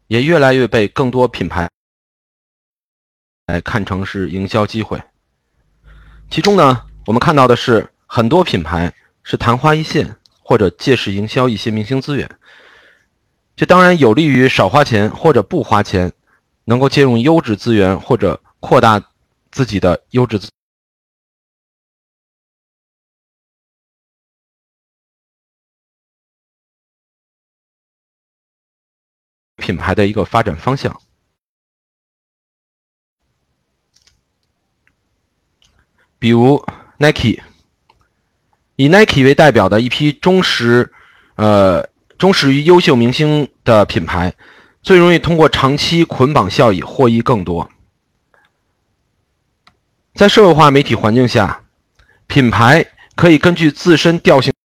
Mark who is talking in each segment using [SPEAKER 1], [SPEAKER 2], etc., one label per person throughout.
[SPEAKER 1] 也越来越被更多品牌看成是营销机会。其中呢，我们看到的是很多品牌是昙花一现，或者借势营销一些明星资源。这当然有利于少花钱或者不花钱，能够借用优质资源或者扩大自己的优质品牌的一个发展方向。比如 Nike， 以 Nike 为代表的一批忠实于优秀明星的品牌，最容易通过长期捆绑效益获益更多。在社会化媒体环境下，品牌可以根据自身调性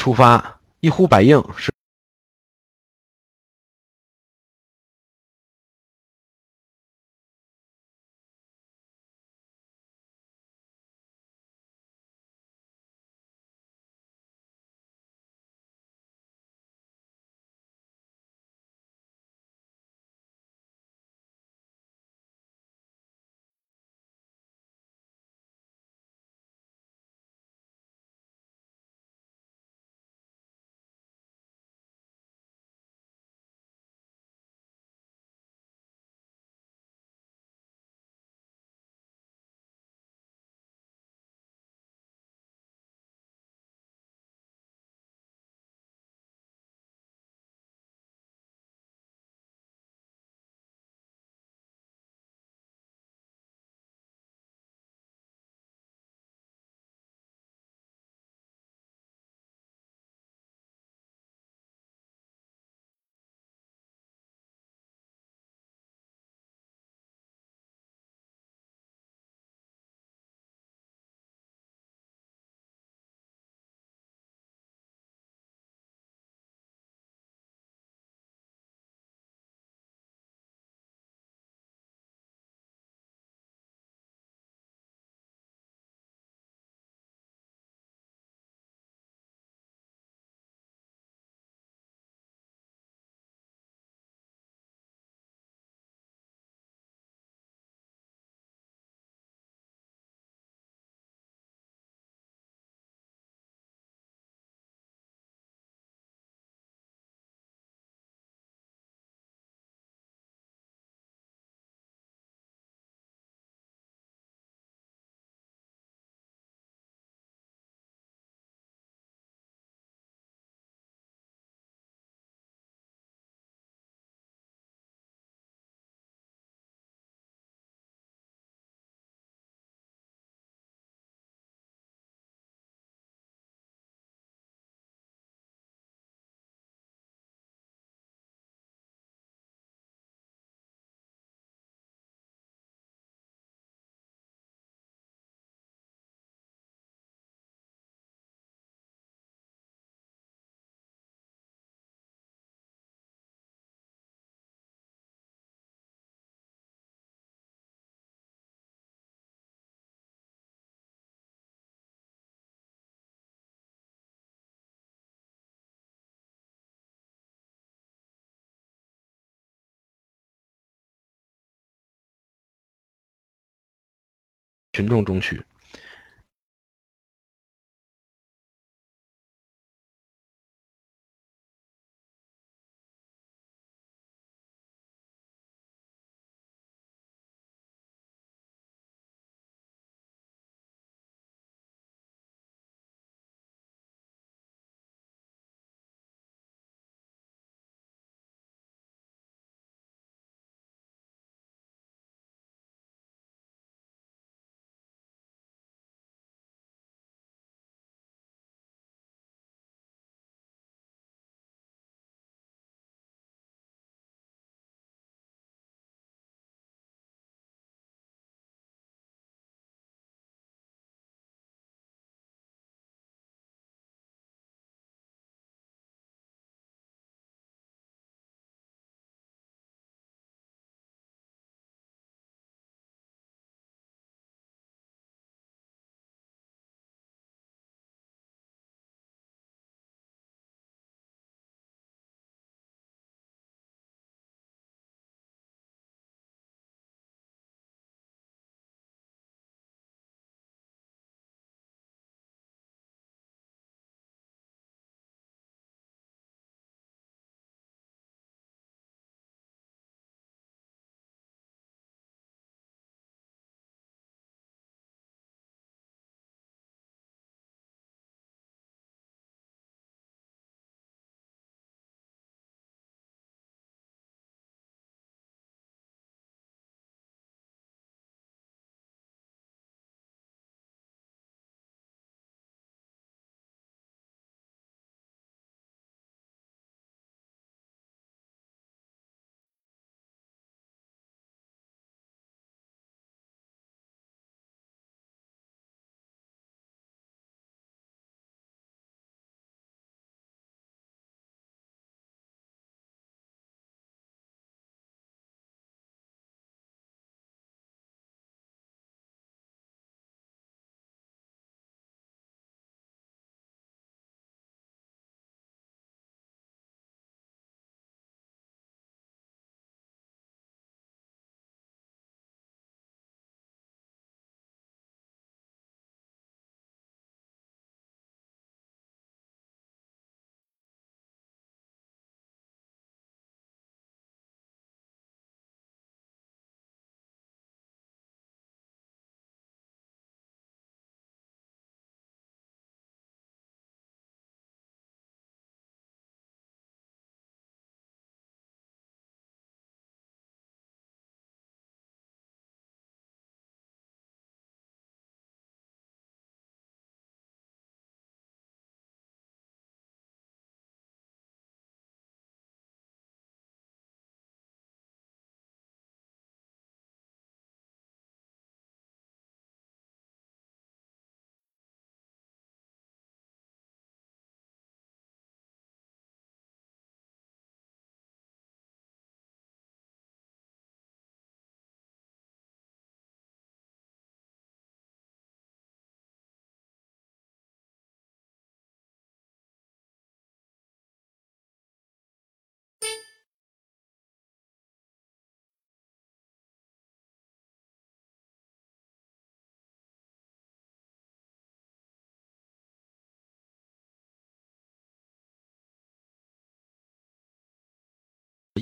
[SPEAKER 1] 出发，一呼百应，是群众中去。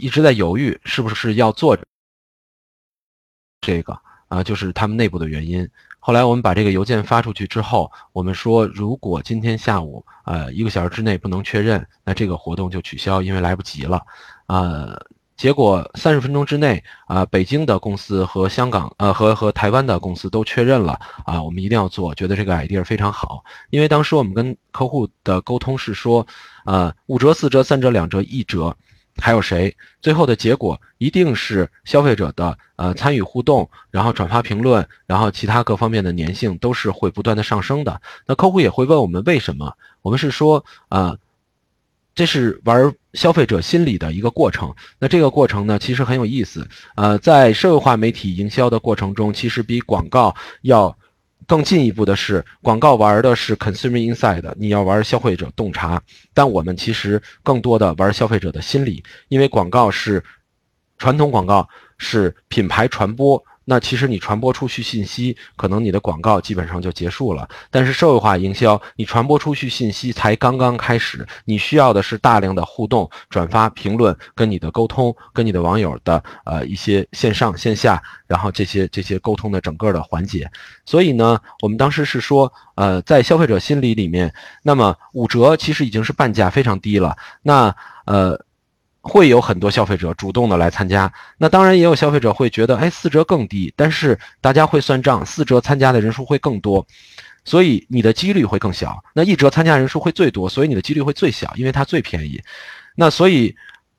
[SPEAKER 1] 一直在犹豫是不是要做这个就是他们内部的原因。后来我们把这个邮件发出去之后，我们说如果今天下午1个小时之内不能确认，那这个活动就取消，因为来不及了。结果30分钟之内北京的公司和香港和台湾的公司都确认了我们一定要做，觉得这个 idea 非常好。因为当时我们跟客户的沟通是说5折、4折、3折、2折、1折，还有谁？最后的结果一定是消费者的参与互动，然后转发评论，然后其他各方面的粘性都是会不断的上升的。那客户也会问我们为什么？我们是说这是玩消费者心理的一个过程。那这个过程呢，其实很有意思。在社会化媒体营销的过程中，其实比广告要更进一步的是，广告玩的是 consumer insight， 你要玩消费者洞察，但我们其实更多的玩消费者的心理，因为广告是传统广告是品牌传播。那其实你传播出去信息，可能你的广告基本上就结束了。但是社会化营销，你传播出去信息才刚刚开始，你需要的是大量的互动、转发、评论，跟你的沟通，跟你的网友的一些线上线下，然后这些沟通的整个的环节。所以呢，我们当时是说，在消费者心理里面，那么5折其实已经是半价，非常低了。那会有很多消费者主动的来参加，那当然也有消费者会觉得4折更低，但是大家会算账，4折参加的人数会更多，所以你的几率会更小。那1折参加人数会最多，所以你的几率会最小，因为它最便宜。那所以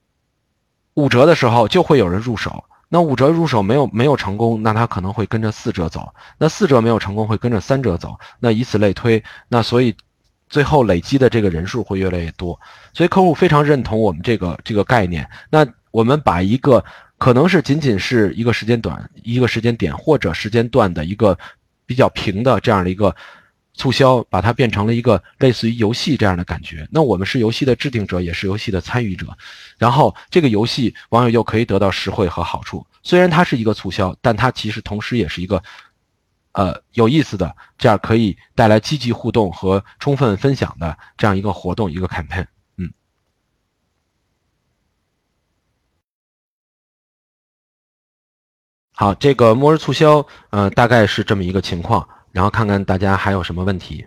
[SPEAKER 1] 5折的时候就会有人入手，那5折入手没有成功，那他可能会跟着4折走，那4折没有成功会跟着3折走，那以此类推。那所以最后累积的这个人数会越来越多，所以客户非常认同我们这个概念。那我们把一个可能是仅仅是一个时间点或者时间段的一个比较平的这样的一个促销，把它变成了一个类似于游戏这样的感觉。那我们是游戏的制定者，也是游戏的参与者，然后这个游戏网友又可以得到实惠和好处。虽然它是一个促销，但它其实同时也是一个有意思的，这样可以带来积极互动和充分分享的这样一个活动，一个 campaign。好，这个末日促销，大概是这么一个情况，然后看看大家还有什么问题。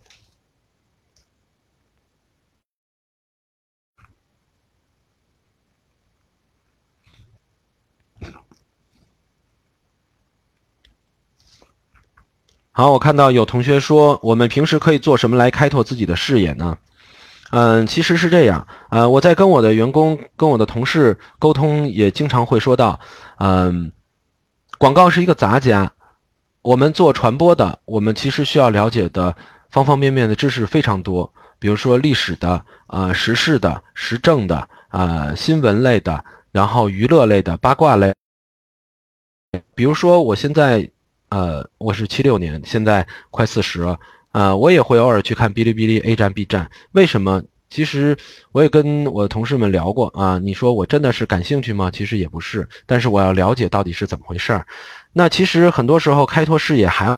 [SPEAKER 1] 好，我看到有同学说，我们平时可以做什么来开拓自己的视野呢？其实是这样，我在跟我的员工、跟我的同事沟通，也经常会说到，广告是一个杂家，我们做传播的，我们其实需要了解的方方面面的知识非常多，比如说历史的、时事的、时政的、新闻类的，然后娱乐类的、八卦类。比如说我现在，我是76年，现在快40了，我也会偶尔去看哔哩哔哩、A 站、B 站。为什么？其实我也跟我的同事们聊过你说我真的是感兴趣吗？其实也不是，但是我要了解到底是怎么回事儿。那其实很多时候开拓视野还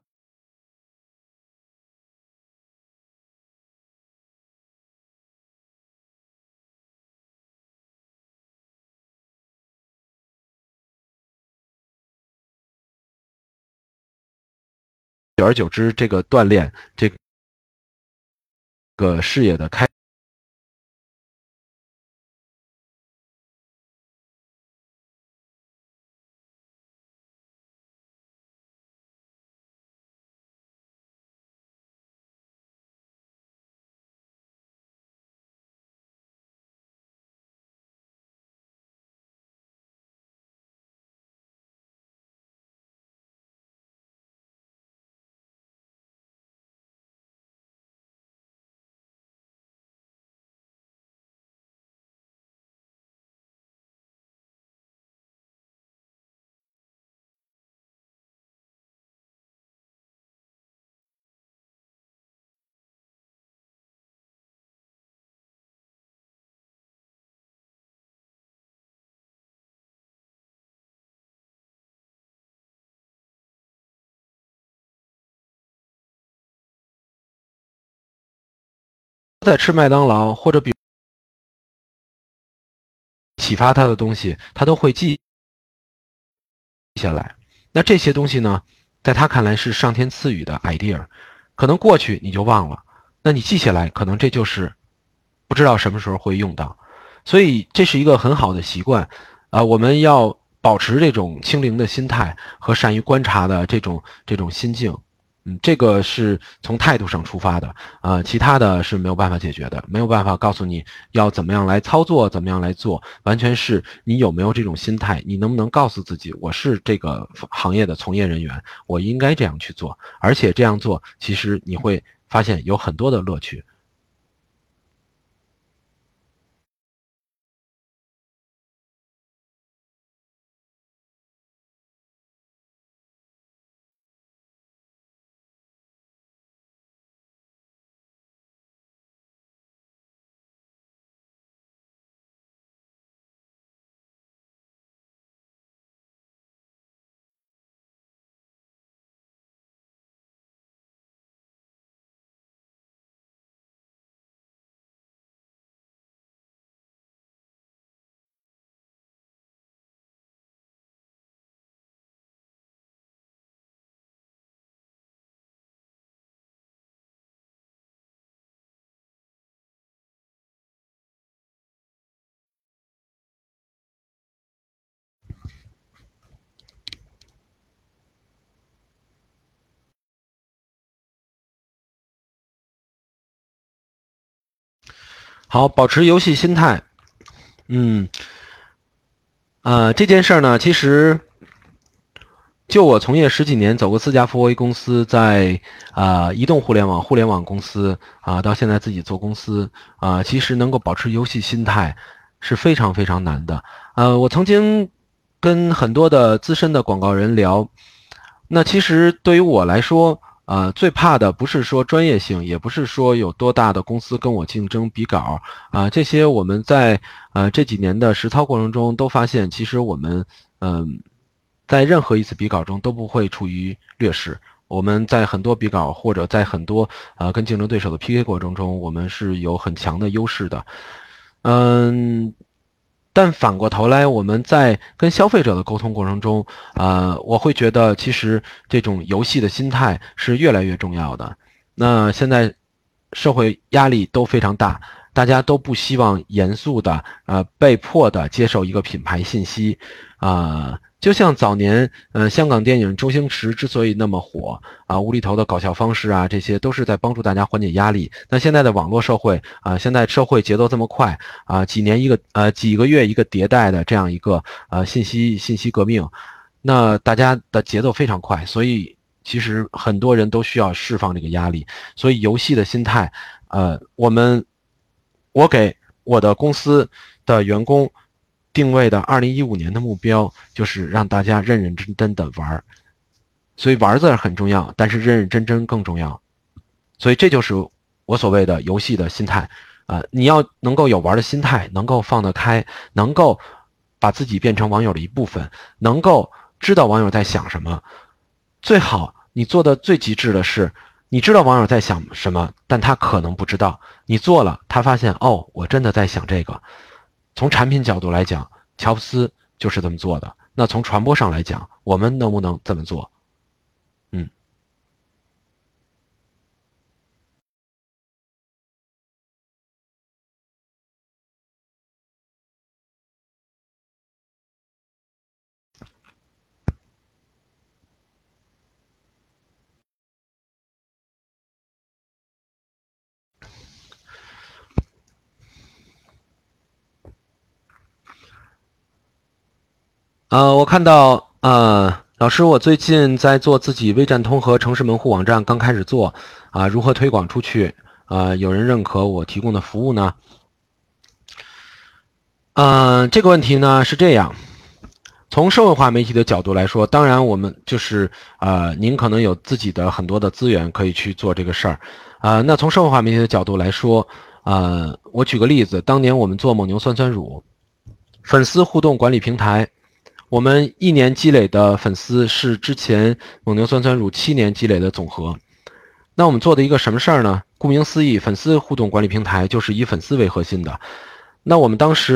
[SPEAKER 1] 久而久之，这个锻炼这个视野的开。在吃麦当劳，或者比启发他的东西，他都会记下来。那这些东西呢，在他看来是上天赐予的 idea， 可能过去你就忘了，那你记下来，可能这就是不知道什么时候会用到。所以这是一个很好的习惯，我们要保持这种清零的心态和善于观察的这种心境。这个是从态度上出发的，其他的是没有办法解决的，没有办法告诉你要怎么样来操作，怎么样来做，完全是你有没有这种心态，你能不能告诉自己，我是这个行业的从业人员，我应该这样去做，而且这样做，其实你会发现有很多的乐趣。好，保持游戏心态。这件事儿呢，其实就我从业10几年，走过4家富威公司，在移动互联网公司到现在自己做公司其实能够保持游戏心态是非常非常难的。我曾经跟很多的资深的广告人聊，那其实对于我来说，最怕的不是说专业性，也不是说有多大的公司跟我竞争比稿这些我们在这几年的实操过程中都发现，其实我们在任何一次比稿中都不会处于劣势。我们在很多比稿或者在很多跟竞争对手的 PK 过程中，我们是有很强的优势的。但反过头来，我们在跟消费者的沟通过程中，我会觉得其实这种游戏的心态是越来越重要的。那现在社会压力都非常大，大家都不希望严肃的被迫的接受一个品牌信息就像早年香港电影周星驰之所以那么火无厘头的搞笑方式这些都是在帮助大家缓解压力。那现在的网络社会现在社会节奏这么快几个月一个迭代的这样一个信息革命，那大家的节奏非常快，所以其实很多人都需要释放这个压力。所以游戏的心态我给我的公司的员工定位的2015年的目标就是让大家认认真真的玩，所以玩字很重要，但是认认真真更重要。所以这就是我所谓的游戏的心态你要能够有玩的心态，能够放得开，能够把自己变成网友的一部分，能够知道网友在想什么。最好你做的最极致的是，你知道网友在想什么，但他可能不知道，你做了，他发现我真的在想这个。从产品角度来讲，乔布斯就是这么做的。那从传播上来讲，我们能不能这么做？我看到老师，我最近在做自己微站通和城市门户网站，刚开始做如何推广出去有人认可我提供的服务呢？这个问题呢是这样，从社会化媒体的角度来说，当然我们就是您可能有自己的很多的资源可以去做这个事儿那从社会化媒体的角度来说我举个例子，当年我们做蒙牛酸酸乳粉丝互动管理平台，我们1年积累的粉丝是之前蒙牛酸酸乳7年积累的总和。那我们做的一个什么事儿呢？顾名思义，粉丝互动管理平台就是以粉丝为核心的。那我们当时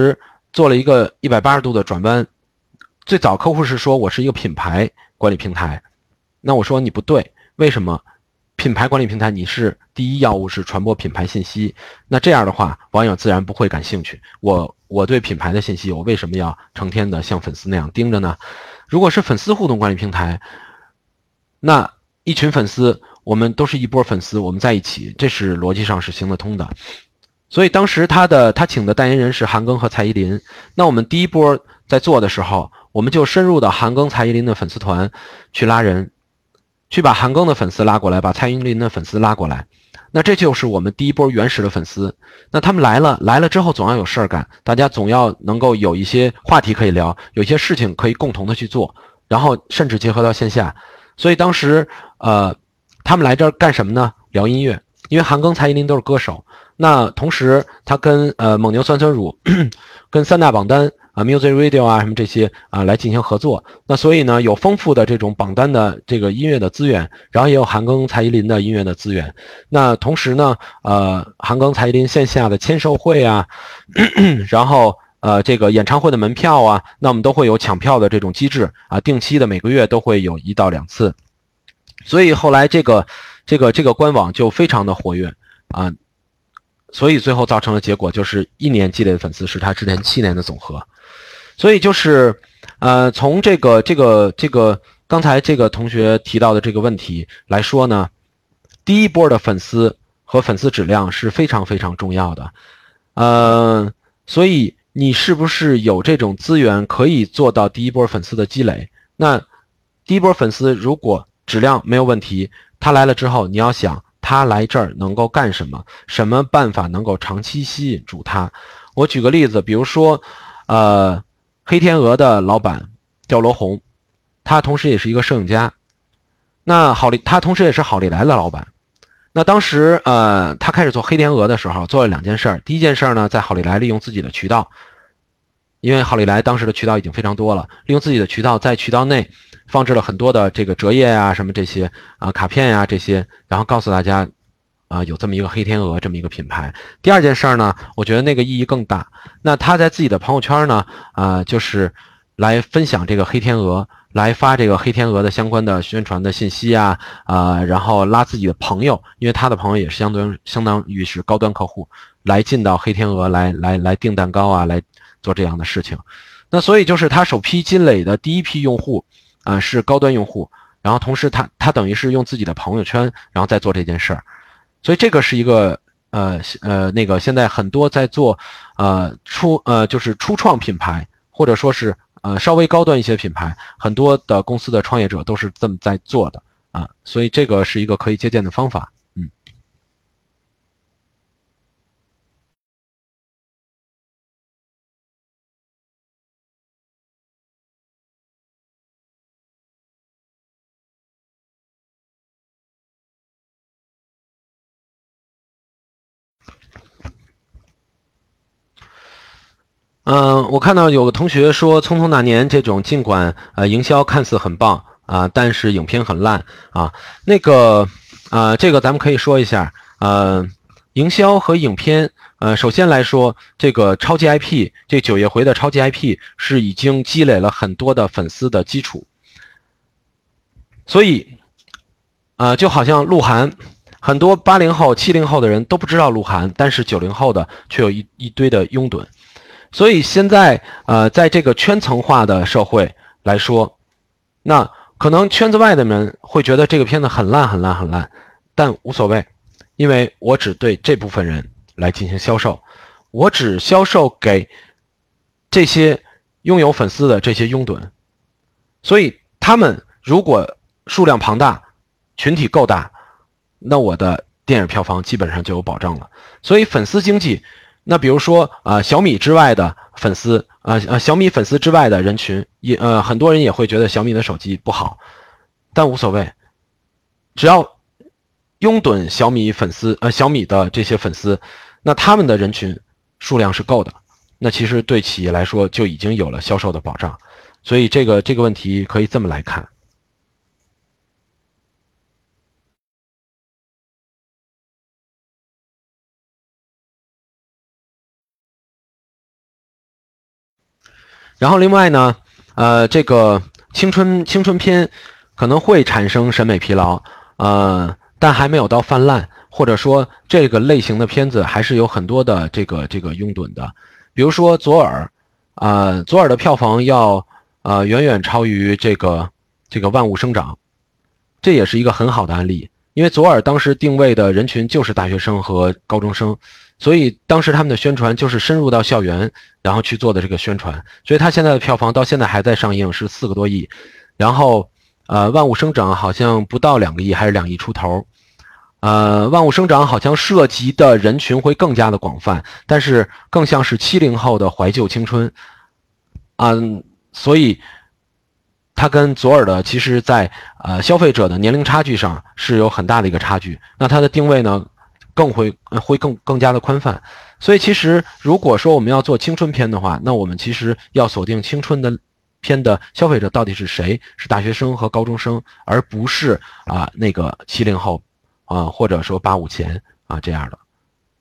[SPEAKER 1] 做了一个180度的转弯。最早客户是说我是一个品牌管理平台，那我说你不对，为什么？品牌管理平台你是第一要务是传播品牌信息，那这样的话网友自然不会感兴趣。我对品牌的信息，我为什么要成天的像粉丝那样盯着呢？如果是粉丝互动管理平台，那一群粉丝，我们都是一波粉丝，我们在一起，这是逻辑上是行得通的。所以当时他请的代言人是韩庚和蔡依林。那我们第一波在做的时候，我们就深入到韩庚、蔡依林的粉丝团去拉人，去把韩庚的粉丝拉过来，把蔡依林的粉丝拉过来。那这就是我们第一波原始的粉丝。那他们来了之后总要有事儿干，大家总要能够有一些话题可以聊，有一些事情可以共同的去做，然后甚至结合到线下。所以当时他们来这儿干什么呢？聊音乐，因为韩庚、蔡依林都是歌手。那同时他跟蒙牛酸酸乳跟三大榜单Music Radio 什么这些来进行合作。那所以呢有丰富的这种榜单的这个音乐的资源，然后也有韩庚、蔡依林的音乐的资源。那同时呢韩庚、蔡依林线下的签售会然后这个演唱会的门票那我们都会有抢票的这种机制定期的每个月都会有1到2次。所以后来这个官网就非常的活跃所以最后造成的结果就是1年积累的粉丝是他之前7年的总和。所以就是从这个刚才这个同学提到的这个问题来说呢，第一波的粉丝和粉丝质量是非常非常重要的。所以你是不是有这种资源可以做到第一波粉丝的积累？那第一波粉丝如果质量没有问题，他来了之后，你要想他来这儿能够干什么，什么办法能够长期吸引住他。我举个例子，比如说黑天鹅的老板叫罗红，他同时也是一个摄影家。那他同时也是好利来的老板。那当时他开始做黑天鹅的时候，做了2件事。第一件事呢，在好利来利用自己的渠道，因为好利来当时的渠道已经非常多了，利用自己的渠道，在渠道内放置了很多的这个折页什么这些卡片这些，然后告诉大家有这么一个黑天鹅这么一个品牌。第二件事呢，我觉得那个意义更大。那他在自己的朋友圈呢就是来分享这个黑天鹅，来发这个黑天鹅的相关的宣传的信息然后拉自己的朋友，因为他的朋友也是相当于是高端客户，来进到黑天鹅来订蛋糕来做这样的事情。那所以就是他首批积累的第一批用户是高端用户，然后同时他等于是用自己的朋友圈然后再做这件事儿。所以这个是一个那个现在很多在做就是初创品牌，或者说是稍微高端一些品牌，很多的公司的创业者都是这么在做的所以这个是一个可以借鉴的方法。我看到有个同学说《匆匆那年》这种尽管营销看似很棒但是影片很烂那个这个咱们可以说一下营销和影片首先来说，这个超级 IP 这九夜回的超级 IP 是已经积累了很多的粉丝的基础，所以就好像鹿晗，很多80后、70后的人都不知道鹿晗，但是90后的却有一堆的拥趸。所以现在在这个圈层化的社会来说，那可能圈子外的人会觉得这个片子很烂很烂很烂，但无所谓，因为我只对这部分人来进行销售，我只销售给这些拥有粉丝的这些拥趸。所以他们如果数量庞大，群体够大，那我的电影票房基本上就有保证了。所以粉丝经济，那比如说小米之外的粉丝小米粉丝之外的人群很多人也会觉得小米的手机不好，但无所谓，只要拥趸小米粉丝小米的这些粉丝，那他们的人群数量是够的，那其实对企业来说就已经有了销售的保障。所以这个问题可以这么来看。 然后另外呢，这个青春片可能会产生审美疲劳，但还没有到泛滥，或者说这个类型的片子还是有很多的这个拥趸的。比如说左耳，左耳的票房要远远超于这个万物生长，这也是一个很好的案例。因为左耳当时定位的人群就是大学生和高中生，所以当时他们的宣传就是深入到校园，然后去做的这个宣传，所以他现在的票房到现在还在上映，是4个多亿。然后万物生长好像不到2个亿，还是2亿出头。万物生长好像涉及的人群会更加的广泛，但是更像是70后的怀旧青春，所以它跟左耳的其实在消费者的年龄差距上是有很大的一个差距。那它的定位呢，会更加的宽泛。所以其实如果说我们要做青春片的话，那我们其实要锁定青春的片的消费者到底是谁，是大学生和高中生，而不是那个70后或者说85前这样的。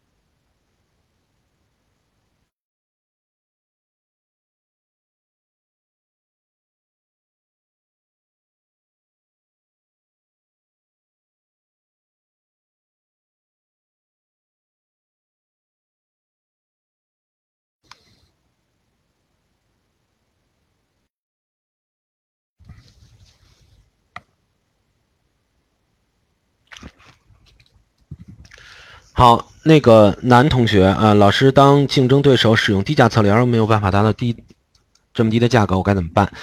[SPEAKER 1] 好，那个男同学老师，当竞争对手使用低价策略而没有办法达到这么低的价格，我该怎么办？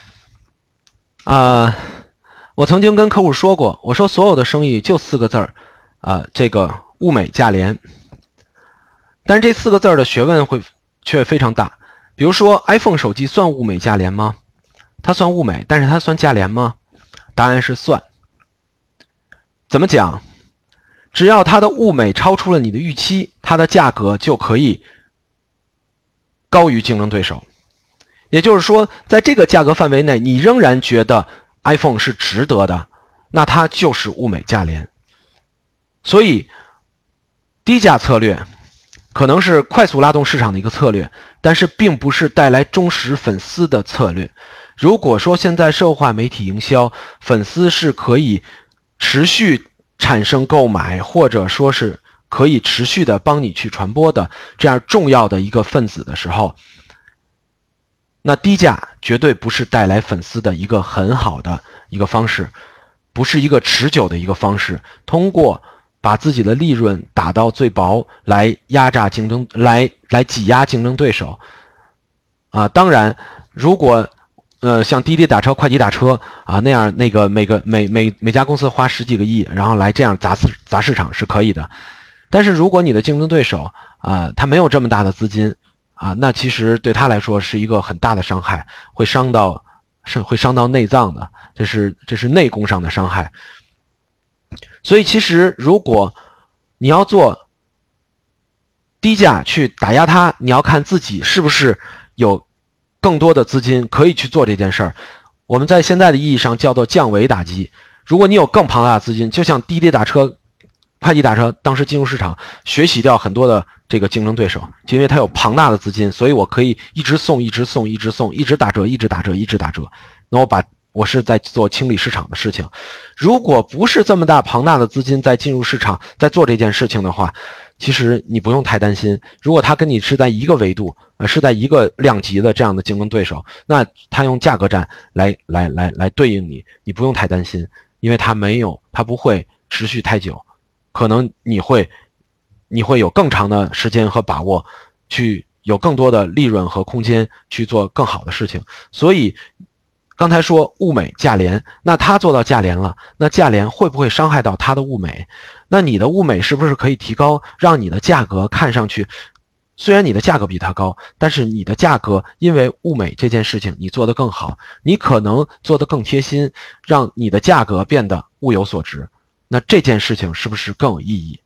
[SPEAKER 1] 我曾经跟客户说过，我说所有的生意就4个字儿这个物美价廉。但是这4个字的学问却非常大。比如说 iPhone 手机算物美价廉吗？它算物美，但是它算价廉吗？答案是算。怎么讲？只要它的物美超出了你的预期，它的价格就可以高于竞争对手。也就是说，在这个价格范围内，你仍然觉得 iPhone 是值得的，那它就是物美价廉。所以低价策略可能是快速拉动市场的一个策略，但是并不是带来忠实粉丝的策略。如果说现在社会化媒体营销，粉丝是可以持续产生购买，或者说是可以持续的帮你去传播的这样重要的一个分子的时候，那低价绝对不是带来粉丝的一个很好的一个方式，不是一个持久的一个方式。通过把自己的利润打到最薄来压榨竞争，来挤压竞争对手当然如果像滴滴打车、快递打车那样，那个每家公司花10几个亿，然后来这样砸市场是可以的。但是如果你的竞争对手他没有这么大的资金那其实对他来说是一个很大的伤害，会伤到内脏的，这是内功上的伤害。所以其实如果你要做低价去打压它，你要看自己是不是有更多的资金可以去做这件事儿。我们在现在的意义上叫做降维打击。如果你有更庞大的资金，就像滴滴打车、快递打车当时进入市场，学习掉很多的这个竞争对手，就因为它有庞大的资金，所以我可以一直送，一直送，一直送，一直打折，一直打折，一直打折。那我是在做清理市场的事情。如果不是这么庞大的资金在进入市场，在做这件事情的话，其实你不用太担心。如果他跟你是在一个维度，是在一个量级的这样的竞争对手，那他用价格战来对应你，你不用太担心，因为他不会持续太久，可能你会有更长的时间和把握，去有更多的利润和空间去做更好的事情。所以刚才说物美价廉，那他做到价廉了，那价廉会不会伤害到他的物美？那你的物美是不是可以提高，让你的价格看上去，虽然你的价格比他高，但是你的价格因为物美这件事情你做得更好，你可能做得更贴心，让你的价格变得物有所值，那这件事情是不是更有意义？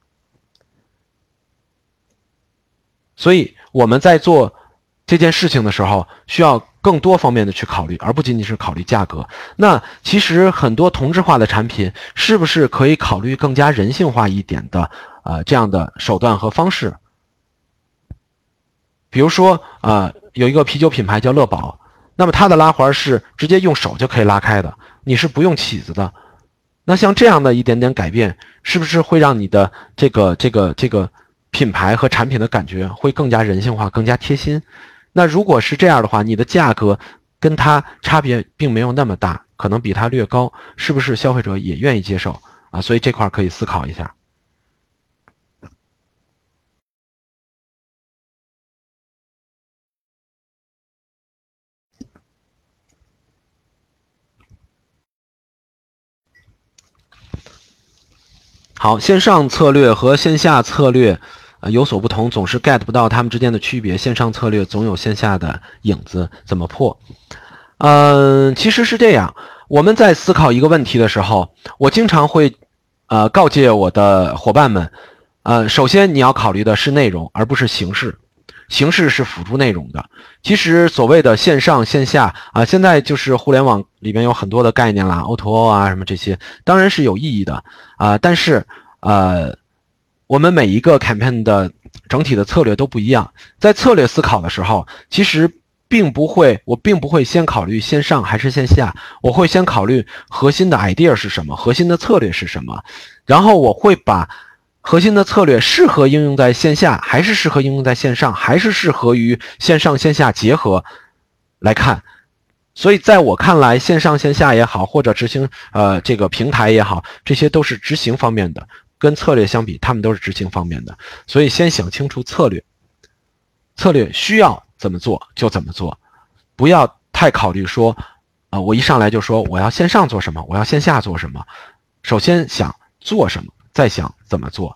[SPEAKER 1] 所以我们在做这件事情的时候，需要更多方面的去考虑，而不仅仅是考虑价格。那其实很多同质化的产品，是不是可以考虑更加人性化一点的这样的手段和方式？ 比如说有一个啤酒品牌叫乐宝，那么它的拉环是直接用手就可以拉开的，你是不用起子的。那像这样的一点点改变，是不是会让你的这个品牌和产品的感觉会更加人性化、更加贴心？那如果是这样的话，你的价格跟它差别并没有那么大，可能比它略高，是不是消费者也愿意接受啊？所以这块可以思考一下。好，线上策略和线下策略有所不同，总是 get 不到它们之间的区别。线上策略总有线下的影子，怎么破？其实是这样，我们在思考一个问题的时候，我经常会告诫我的伙伴们，首先你要考虑的是内容，而不是形式。形式是辅助内容的。其实所谓的线上线下现在就是互联网里面有很多的概念啦 ，O2O 啊什么这些，当然是有意义的但是我们每一个 campaign 的整体的策略都不一样，在策略思考的时候，其实我并不会先考虑线上还是线下，我会先考虑核心的 idea 是什么，核心的策略是什么，然后我会把核心的策略适合应用在线下，还是适合应用在线上，还是适合于线上线下结合来看。所以在我看来，线上线下也好，或者执行这个平台也好，这些都是执行方面的，跟策略相比，他们都是执行方面的。所以先想清楚策略，策略需要怎么做就怎么做，不要太考虑说我一上来就说我要线上做什么，我要线下做什么。首先想做什么，再想怎么做。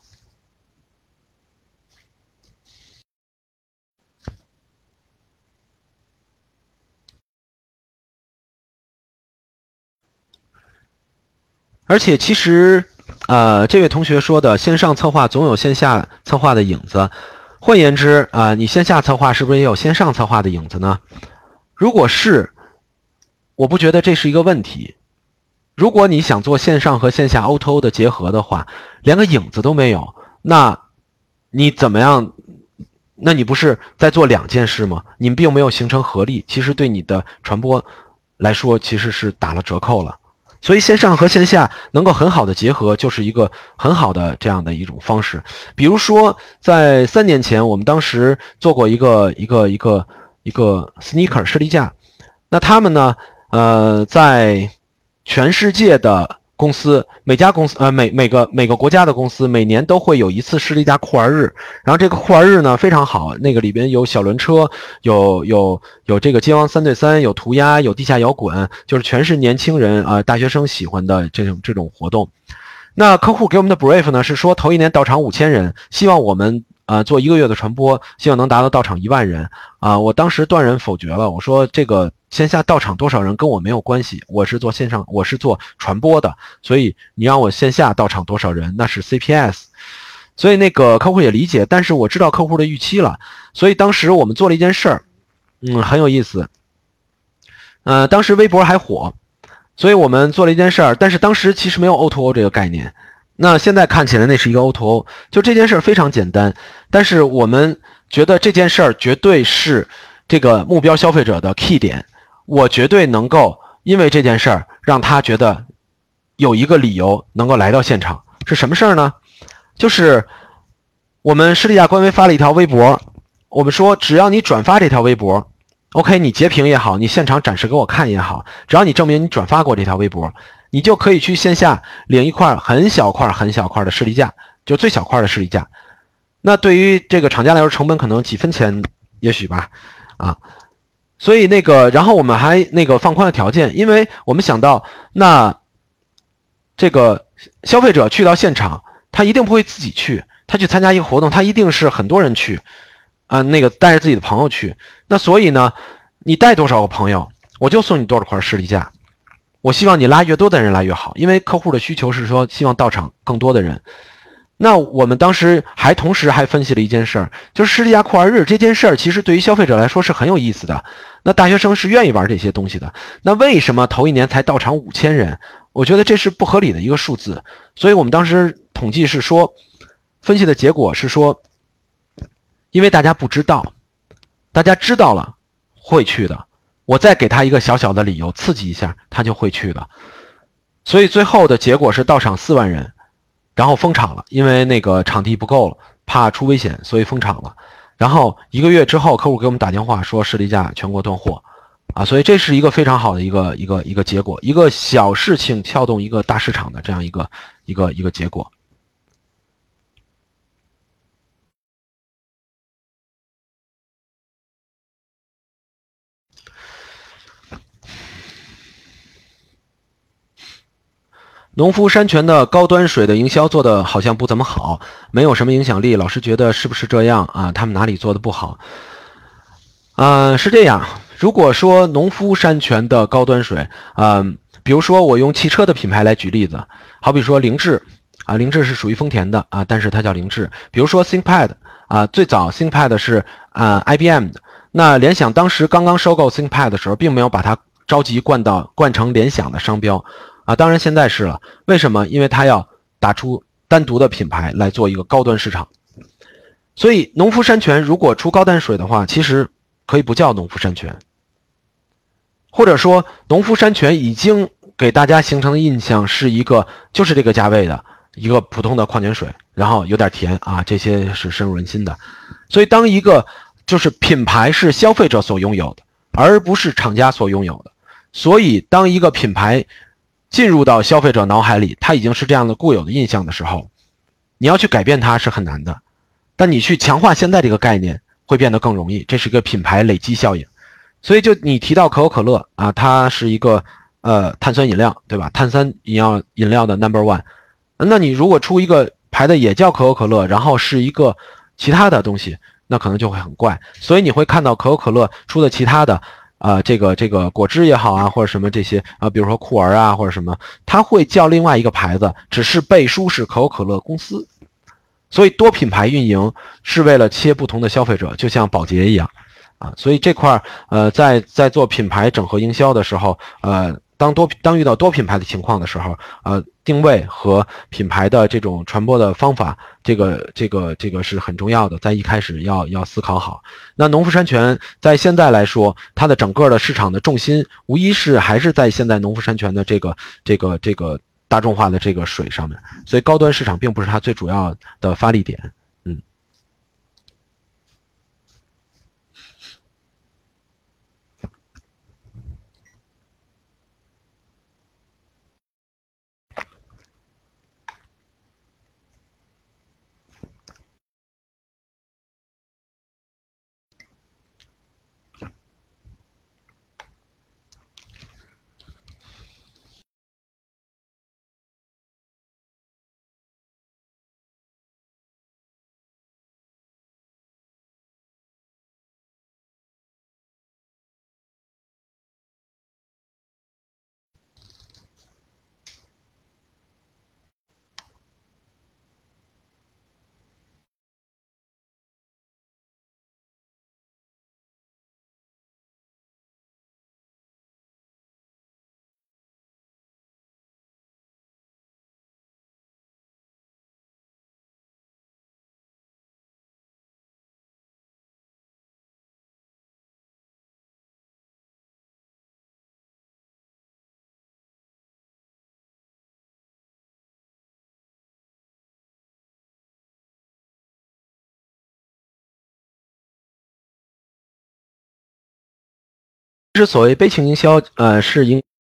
[SPEAKER 1] 而且其实这位同学说的线上策划总有线下策划的影子，换言之你线下策划是不是也有线上策划的影子呢？如果是，我不觉得这是一个问题。如果你想做线上和线下 O2O 的结合的话，连个影子都没有，那你怎么样？那你不是在做两件事吗？你并没有形成合力，其实对你的传播来说其实是打了折扣了。所以线上和线下能够很好的结合，就是一个很好的这样的一种方式。比如说，在3年前，我们当时做过一个 sneaker 士力架，那他们呢，在全世界的公司，每家公司每个国家的公司每年都会有一次士力架酷儿日，然后这个酷儿日呢非常好，那个里边有小轮车，有这个街王3对3，有涂鸦，有地下摇滚，就是全是年轻人大学生喜欢的这种活动。那客户给我们的 brief 呢是说头一年到场5000人，希望我们做1个月的传播，希望能达到场1万人我当时断然否决了，我说这个线下到场多少人跟我没有关系，我是做线上，我是做传播的，所以你让我线下到场多少人，那是 CPS。所以那个客户也理解，但是我知道客户的预期了，所以当时我们做了一件事儿，很有意思。当时微博还火，所以我们做了一件事儿，但是当时其实没有 O2O 这个概念。那现在看起来那是一个 O2O， 就这件事非常简单，但是我们觉得这件事绝对是这个目标消费者的 key 点，我绝对能够因为这件事让他觉得有一个理由能够来到现场。是什么事呢？就是我们士力架官微发了一条微博，我们说只要你转发这条微博 OK， 你截屏也好，你现场展示给我看也好，只要你证明你转发过这条微博，你就可以去线下领一块很小块的士力架，就最小块的士力架。那对于这个厂家来说，成本可能几分钱也许吧所以然后我们还放宽了条件，因为我们想到那这个消费者去到现场，他一定不会自己去，他去参加一个活动，他一定是很多人去带着自己的朋友去。那所以呢，你带多少个朋友，我就送你多少块士力架。我希望你拉越多的人来越好，因为客户的需求是说希望到场更多的人。那我们当时同时还分析了一件事儿，就是士力架酷儿日这件事儿，其实对于消费者来说是很有意思的。那大学生是愿意玩这些东西的。那为什么头一年才到场5000人？我觉得这是不合理的一个数字。所以我们当时统计是说，分析的结果是说，因为大家不知道， 大家知道了会去的，我再给他一个小小的理由刺激一下，他就会去的。所以最后的结果是到场4万人，然后封场了，因为那个场地不够了，怕出危险，所以封场了。然后1个月之后，客户给我们打电话说士力架全国断货，啊，所以这是一个非常好的一个结果，一个小事情撬动一个大市场的这样一个结果。农夫山泉的高端水的营销做的好像不怎么好，没有什么影响力。老师觉得是不是这样啊？他们哪里做的不好？是这样。如果说农夫山泉的高端水，比如说我用汽车的品牌来举例子，好比说凌志，凌志是属于丰田的啊，但是它叫凌志。比如说 ThinkPad 最早 ThinkPad 是IBM 的，那联想当时刚刚收购 ThinkPad 的时候，并没有把它着急冠成联想的商标当然现在是了。为什么？因为它要打出单独的品牌来做一个高端市场。所以农夫山泉如果出高端水的话，其实可以不叫农夫山泉，或者说农夫山泉已经给大家形成的印象是一个就是这个价位的一个普通的矿泉水，然后有点甜这些是深入人心的。所以当一个就是品牌是消费者所拥有的，而不是厂家所拥有的，所以当一个品牌进入到消费者脑海里，它已经是这样的固有的印象的时候，你要去改变它是很难的，但你去强化现在这个概念会变得更容易，这是一个品牌累积效应。所以就你提到可口可乐它是一个碳酸饮料，对吧？碳酸饮料的 No.1， 那你如果出一个牌子也叫可口可乐，然后是一个其他的东西，那可能就会很怪。所以你会看到可口可乐出的其他的这个果汁也好或者什么这些比如说酷儿或者什么，它会叫另外一个牌子，只是背书是可口可乐公司。所以多品牌运营是为了切不同的消费者，就像宝洁一样所以这块在做品牌整合营销的时候当遇到多品牌的情况的时候定位和品牌的这种传播的方法，这个是很重要的，在一开始要思考好。那农夫山泉在现在来说，它的整个的市场的重心无疑是还是在现在农夫山泉的这个大众化的这个水上面，所以高端市场并不是它最主要的发力点。其实所谓悲情营销是